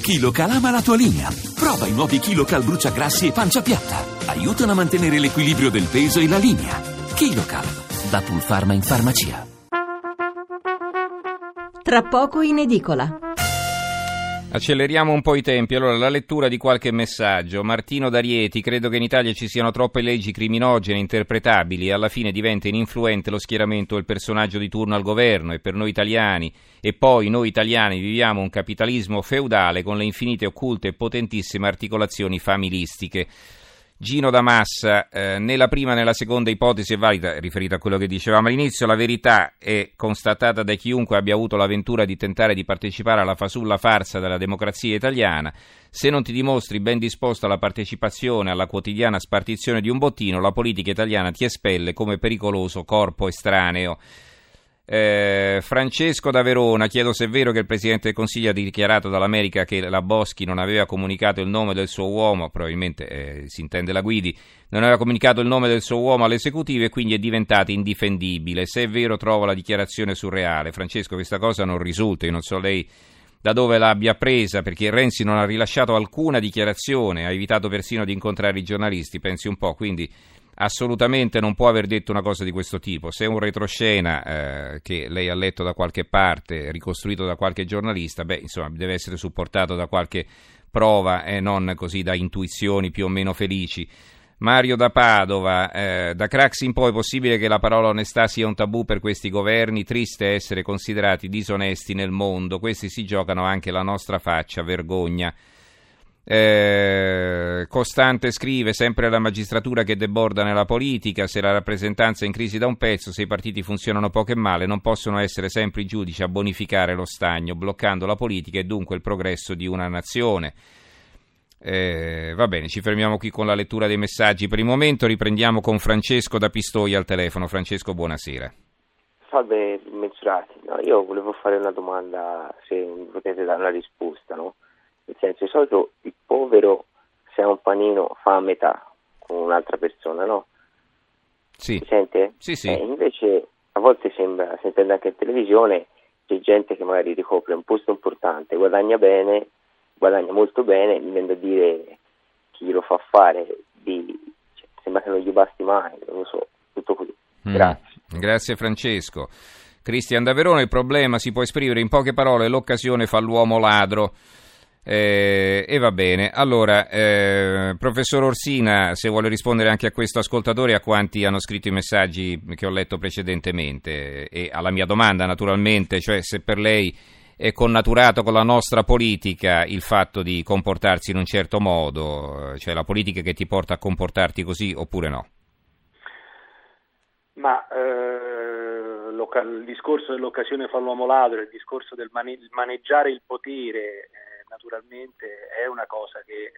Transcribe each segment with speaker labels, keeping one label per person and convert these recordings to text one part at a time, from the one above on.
Speaker 1: KiloCal ama la tua linea. Prova i nuovi KiloCal bruciagrassi e pancia piatta. Aiutano a mantenere l'equilibrio del peso e la linea. KiloCal, da Pulpharma in farmacia.
Speaker 2: Tra poco in edicola.
Speaker 3: Acceleriamo un po' i tempi. Allora, la lettura di qualche messaggio. Martino D'Arieti: credo che in Italia ci siano troppe leggi criminogene interpretabili e alla fine diventa ininfluente lo schieramento del personaggio di turno al governo e per noi italiani, e poi noi italiani viviamo un capitalismo feudale con le infinite occulte e potentissime articolazioni familistiche. Gino da Massa: né la prima né la seconda ipotesi è valida, riferita a quello che dicevamo all'inizio. La verità è constatata da chiunque abbia avuto l'avventura di tentare di partecipare alla fasulla farsa della democrazia italiana. Se non ti dimostri ben disposto alla partecipazione alla quotidiana spartizione di un bottino, la politica italiana ti espelle come pericoloso corpo estraneo. Francesco da Verona: chiedo se è vero che il Presidente del Consiglio ha dichiarato dall'America che la Boschi non aveva comunicato il nome del suo uomo, probabilmente si intende la Guidi, non aveva comunicato il nome del suo uomo all'esecutivo e quindi è diventata indifendibile. Se è vero, trovo la dichiarazione surreale. Francesco, questa cosa non risulta, io non so lei da dove l'abbia presa, perché Renzi non ha rilasciato alcuna dichiarazione, ha evitato persino di incontrare i giornalisti, pensi un po', quindi assolutamente non può aver detto una cosa di questo tipo. Se è un retroscena che lei ha letto da qualche parte, ricostruito da qualche giornalista, insomma deve essere supportato da qualche prova e non così da intuizioni più o meno felici. Mario da Padova: da Craxi in poi è possibile che la parola onestà sia un tabù per questi governi? Triste essere considerati disonesti nel mondo, questi si giocano anche la nostra faccia, vergogna. Costante scrive: sempre la magistratura che deborda nella politica, se la rappresentanza è in crisi da un pezzo, se i partiti funzionano poco e male, non possono essere sempre i giudici a bonificare lo stagno, bloccando la politica e dunque il progresso di una nazione. Va bene, ci fermiamo qui con la lettura dei messaggi per il momento, riprendiamo con Francesco da Pistoia al telefono. Francesco, buonasera.
Speaker 4: Salve mensurati, no, io volevo fare una domanda, se mi potete dare una risposta, no? Nel senso, di solito il povero, se ha un panino, fa a metà con un'altra persona, no?
Speaker 3: Sì.
Speaker 4: Si sente?
Speaker 3: Sì.
Speaker 4: Invece a volte sembra, si intende anche in televisione, c'è gente che magari ricopre un posto importante, guadagna bene, guadagna molto bene, mi viene da dire chi glielo fa fare, sembra che non gli basti mai, non lo so, tutto qui. Grazie.
Speaker 3: Grazie Francesco. Cristian da Verona: il problema si può esprimere in poche parole, l'occasione fa l'uomo ladro. E va bene, allora professor Orsina, se vuole rispondere anche a questo ascoltatore e a quanti hanno scritto i messaggi che ho letto precedentemente e alla mia domanda naturalmente, cioè se per lei è connaturato con la nostra politica il fatto di comportarsi in un certo modo, cioè la politica che ti porta a comportarti così oppure no?
Speaker 5: Ma il discorso dell'occasione fa l'uomo ladro, il discorso del maneggiare il potere naturalmente è una cosa che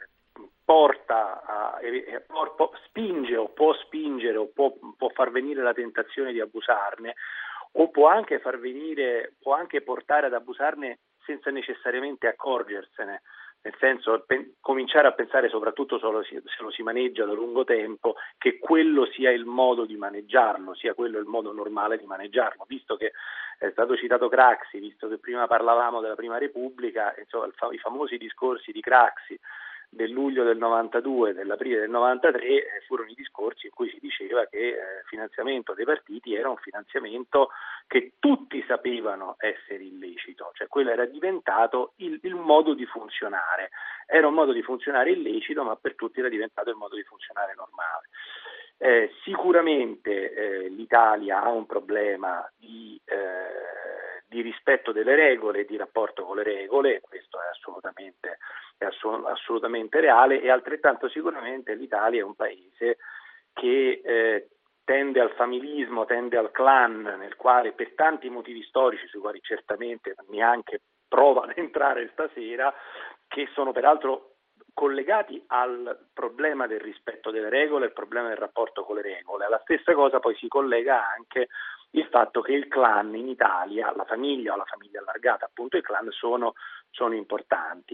Speaker 5: spinge o può spingere o può far venire la tentazione di abusarne, o può anche portare ad abusarne senza necessariamente accorgersene. Nel senso, cominciare a pensare, soprattutto se lo si maneggia da lungo tempo, che quello sia il modo di maneggiarlo, sia quello il modo normale di maneggiarlo. Visto che è stato citato Craxi, visto che prima parlavamo della Prima Repubblica, insomma, i famosi discorsi di Craxi del luglio del 92 e dell'aprile del 93 furono i discorsi in cui si diceva che il finanziamento dei partiti era un finanziamento che tutti sapevano essere illecito, cioè quello era diventato il modo di funzionare, era un modo di funzionare illecito, ma per tutti era diventato il modo di funzionare normale. Sicuramente l'Italia ha un problema di rispetto delle regole, di rapporto con le regole, questo è assolutamente reale, e altrettanto sicuramente l'Italia è un paese che tende al familismo, tende al clan, nel quale per tanti motivi storici, sui quali certamente neanche provo ad entrare stasera, che sono peraltro collegati al problema del rispetto delle regole, al problema del rapporto con le regole. Alla stessa cosa poi si collega anche il fatto che il clan in Italia, la famiglia o la famiglia allargata, appunto i clan sono importanti.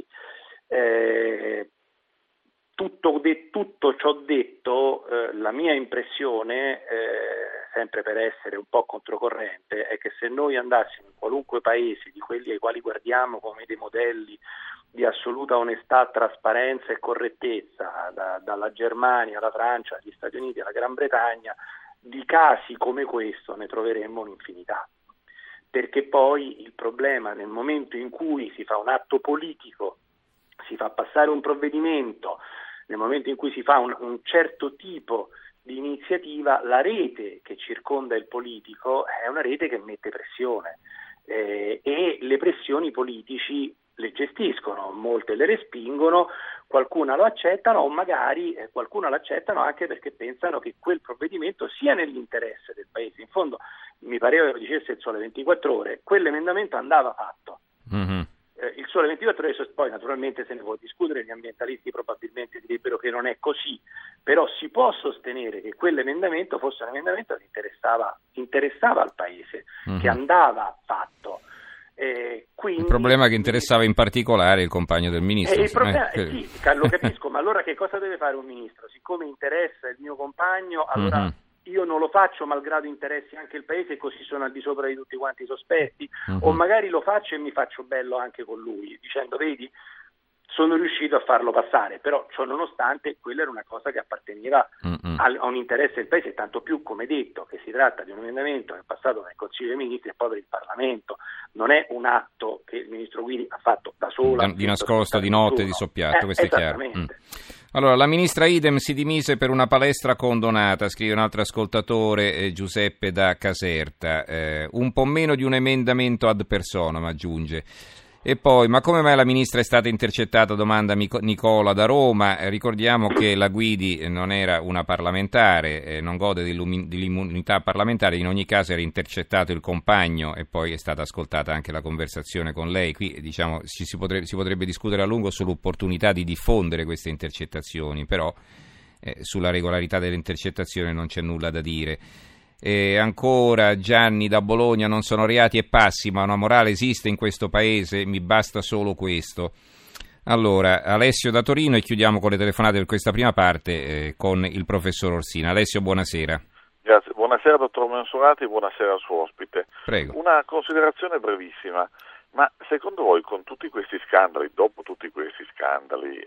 Speaker 5: Tutto ciò detto, la mia impressione sempre per essere un po' controcorrente, è che se noi andassimo in qualunque paese di quelli ai quali guardiamo come dei modelli di assoluta onestà, trasparenza e correttezza, dalla Germania alla Francia, agli Stati Uniti, alla Gran Bretagna, di casi come questo ne troveremmo un'infinità. Perché poi il problema nel momento in cui si fa un atto politico, si fa passare un provvedimento, nel momento in cui si fa un certo tipo di iniziativa, la rete che circonda il politico è una rete che mette pressione e le pressioni politici le gestiscono, molte le respingono, qualcuna lo accettano o magari qualcuna lo accettano anche perché pensano che quel provvedimento sia nell'interesse del Paese. In fondo mi pareva che lo dicesse il Sole 24 Ore, quell'emendamento andava fatto. Mm-hmm. Il Sole 24 Ore, poi naturalmente se ne può discutere, gli ambientalisti probabilmente direbbero che non è così, però si può sostenere che quell'emendamento fosse un emendamento che interessava al Paese, che andava fatto. Quindi,
Speaker 3: il problema è che interessava in particolare il compagno del ministro.
Speaker 5: Il problema, sì, lo capisco, ma allora che cosa deve fare un ministro? Siccome interessa il mio compagno, allora io non lo faccio malgrado interessi anche il Paese e così sono al di sopra di tutti quanti i sospetti, o magari lo faccio e mi faccio bello anche con lui, dicendo vedi, sono riuscito a farlo passare, però ciò nonostante quella era una cosa che apparteneva a un interesse del Paese, tanto più come detto che si tratta di un emendamento che è passato nel Consiglio dei Ministri e poi per il Parlamento, non è un atto che il Ministro Guidi ha fatto da sola.
Speaker 3: Di nascosto, di notte, di soppiatto, questo è chiaro. Allora, la ministra Idem si dimise per una palestra condonata, scrive un altro ascoltatore, Giuseppe da Caserta, un po' meno di un emendamento ad personam, aggiunge. E poi, ma come mai la ministra è stata intercettata? Domanda Nicola da Roma. Ricordiamo che la Guidi non era una parlamentare, non gode dell'immunità parlamentare, in ogni caso era intercettato il compagno e poi è stata ascoltata anche la conversazione con lei. Qui diciamo si potrebbe discutere a lungo sull'opportunità di diffondere queste intercettazioni, però sulla regolarità delle intercettazioni non c'è nulla da dire. E ancora Gianni da Bologna, non sono reati e passi, ma una morale esiste in questo paese, mi basta solo questo. Allora, Alessio da Torino, e chiudiamo con le telefonate per questa prima parte con il professor Orsina. Alessio, buonasera.
Speaker 6: Grazie, buonasera dottor Mensurati, buonasera al suo ospite.
Speaker 3: Prego.
Speaker 6: Una considerazione brevissima. Ma secondo voi con tutti questi scandali, dopo tutti questi scandali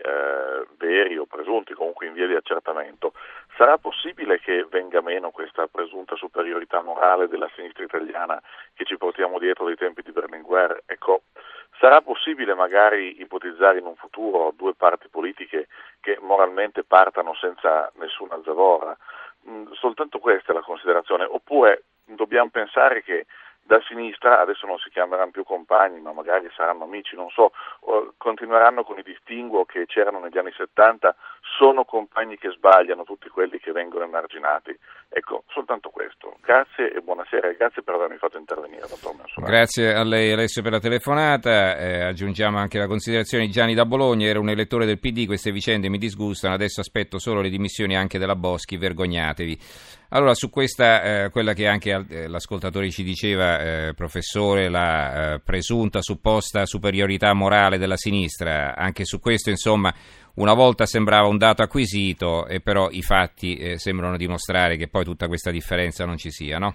Speaker 6: veri o presunti, comunque in via di accertamento, sarà possibile che venga meno questa presunta superiorità morale della sinistra italiana che ci portiamo dietro dai tempi di Berlinguer? Ecco, sarà possibile magari ipotizzare in un futuro due parti politiche che moralmente partano senza nessuna zavorra? Soltanto questa è la considerazione, oppure dobbiamo pensare che da sinistra, adesso non si chiameranno più compagni, ma magari saranno amici, non so, continueranno con i distinguo che c'erano negli anni 70, sono compagni che sbagliano tutti quelli che vengono emarginati. Ecco, soltanto questo. Grazie e buonasera e grazie per avermi fatto intervenire, dottor Mensurati.
Speaker 3: Grazie a lei Alessio per la telefonata, aggiungiamo anche la considerazione di Gianni da Bologna, era un elettore del PD, queste vicende mi disgustano, adesso aspetto solo le dimissioni anche della Boschi, vergognatevi. Allora, su questa, quella che anche l'ascoltatore ci diceva, professore, la presunta, supposta superiorità morale della sinistra, anche su questo, insomma, una volta sembrava un dato acquisito, e però i fatti sembrano dimostrare che poi tutta questa differenza non ci sia, no?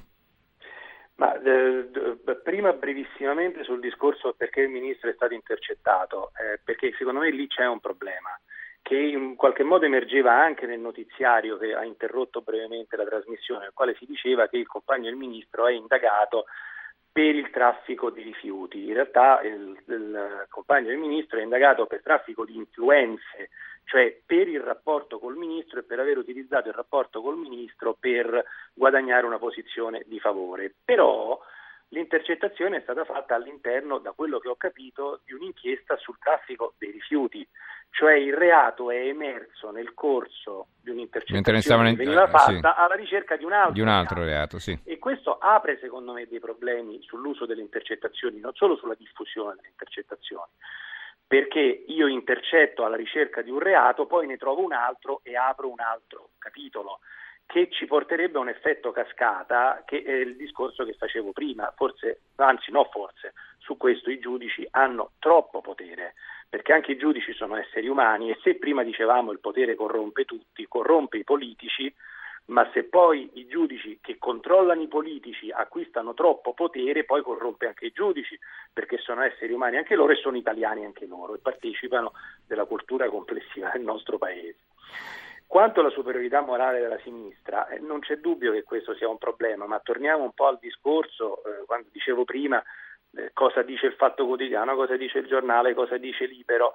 Speaker 5: Ma prima brevissimamente sul discorso perché il ministro è stato intercettato, perché secondo me lì c'è un problema che in qualche modo emergeva anche nel notiziario che ha interrotto brevemente la trasmissione, nel quale si diceva che il compagno del ministro è indagato per il traffico di rifiuti. In realtà il compagno del ministro è indagato per traffico di influenze, cioè per il rapporto col ministro e per aver utilizzato il rapporto col ministro per guadagnare una posizione di favore. Però l'intercettazione è stata fatta all'interno, da quello che ho capito, di un'inchiesta sul traffico dei rifiuti, cioè il reato è emerso nel corso di un'intercettazione che veniva fatta alla ricerca di un altro
Speaker 3: reato, sì.
Speaker 5: E questo apre secondo me dei problemi sull'uso delle intercettazioni, non solo sulla diffusione delle intercettazioni, perché io intercetto alla ricerca di un reato, poi ne trovo un altro e apro un altro capitolo, che ci porterebbe a un effetto cascata, che è il discorso che facevo prima. Su questo i giudici hanno troppo potere, perché anche i giudici sono esseri umani e se prima dicevamo il potere corrompe tutti, corrompe i politici, ma se poi i giudici che controllano i politici acquistano troppo potere, poi corrompe anche i giudici, perché sono esseri umani anche loro e sono italiani anche loro e partecipano della cultura complessiva del nostro paese. Quanto alla superiorità morale della sinistra, non c'è dubbio che questo sia un problema, ma torniamo un po' al discorso, quando dicevo prima, cosa dice il Fatto Quotidiano, cosa dice il Giornale, cosa dice Libero.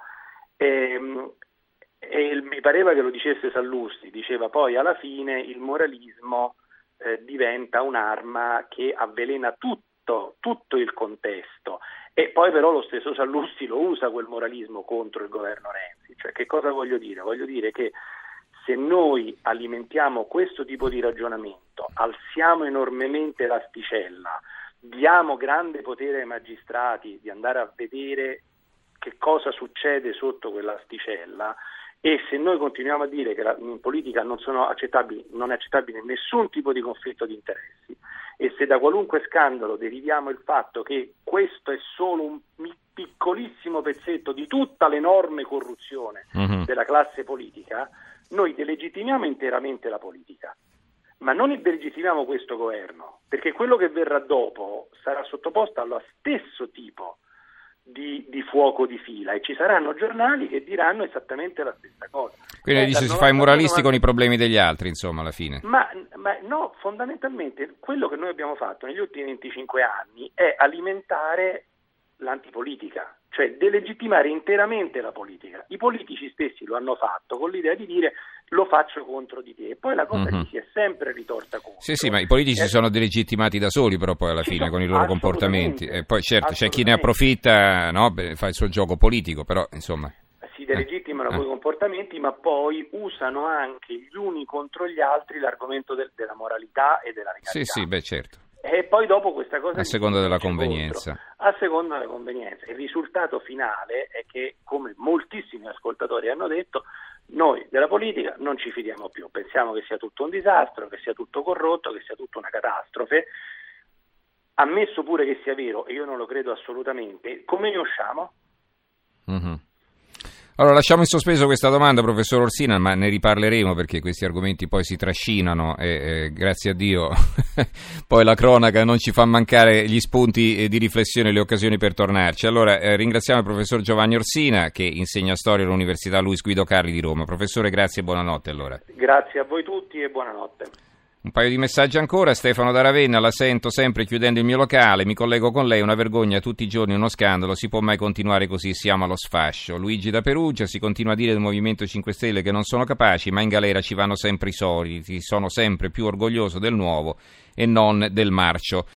Speaker 5: E mi pareva che lo dicesse Sallusti, diceva poi alla fine il moralismo diventa un'arma che avvelena tutto il contesto, e poi però lo stesso Sallusti lo usa quel moralismo contro il governo Renzi. Cioè, che cosa voglio dire? Voglio dire che se noi alimentiamo questo tipo di ragionamento, alziamo enormemente l'asticella, diamo grande potere ai magistrati di andare a vedere che cosa succede sotto quell'asticella, e se noi continuiamo a dire che in politica non è accettabile nessun tipo di conflitto di interessi, e se da qualunque scandalo deriviamo il fatto che questo è solo un piccolissimo pezzetto di tutta l'enorme corruzione della classe politica, noi delegittimiamo interamente la politica, ma non delegittimiamo questo governo, perché quello che verrà dopo sarà sottoposto allo stesso tipo di fuoco di fila, e ci saranno giornali che diranno esattamente la stessa cosa.
Speaker 3: Quindi dice si fa i moralisti con i problemi degli altri, insomma, alla fine.
Speaker 5: Ma no, fondamentalmente quello che noi abbiamo fatto negli ultimi 25 anni è alimentare l'antipolitica, cioè delegittimare interamente la politica. I politici stessi lo hanno fatto con l'idea di dire lo faccio contro di te, e poi la cosa gli si è sempre ritorta contro.
Speaker 3: Sì, ma i politici si sono delegittimati da soli, però poi alla fine con i loro comportamenti. E poi certo c'è chi ne approfitta, no? Fa il suo gioco politico, però insomma
Speaker 5: si delegittimano quei comportamenti, ma poi usano anche gli uni contro gli altri l'argomento della moralità e della legalità.
Speaker 3: Sì, beh, certo.
Speaker 5: E poi dopo questa cosa
Speaker 3: a seconda della convenienza.
Speaker 5: A seconda della convenienza. Il risultato finale è che, come moltissimi ascoltatori hanno detto, noi della politica non ci fidiamo più, pensiamo che sia tutto un disastro, che sia tutto corrotto, che sia tutta una catastrofe. Ammesso pure che sia vero, e io non lo credo assolutamente, come ne usciamo?
Speaker 3: Allora lasciamo in sospeso questa domanda, professor Orsina, ma ne riparleremo perché questi argomenti poi si trascinano e grazie a Dio poi la cronaca non ci fa mancare gli spunti di riflessione e le occasioni per tornarci. Allora ringraziamo il professor Giovanni Orsina che insegna storia all'Università Luis Guido Carli di Roma. Professore, grazie e buonanotte allora.
Speaker 5: Grazie a voi tutti e buonanotte.
Speaker 3: Un paio di messaggi ancora. Stefano da Ravenna: la sento sempre chiudendo il mio locale, mi collego con lei, una vergogna, tutti i giorni uno scandalo, si può mai continuare così, siamo allo sfascio. Luigi da Perugia: si continua a dire del Movimento 5 Stelle che non sono capaci, ma in galera ci vanno sempre i soliti, sono sempre più orgoglioso del nuovo e non del marcio.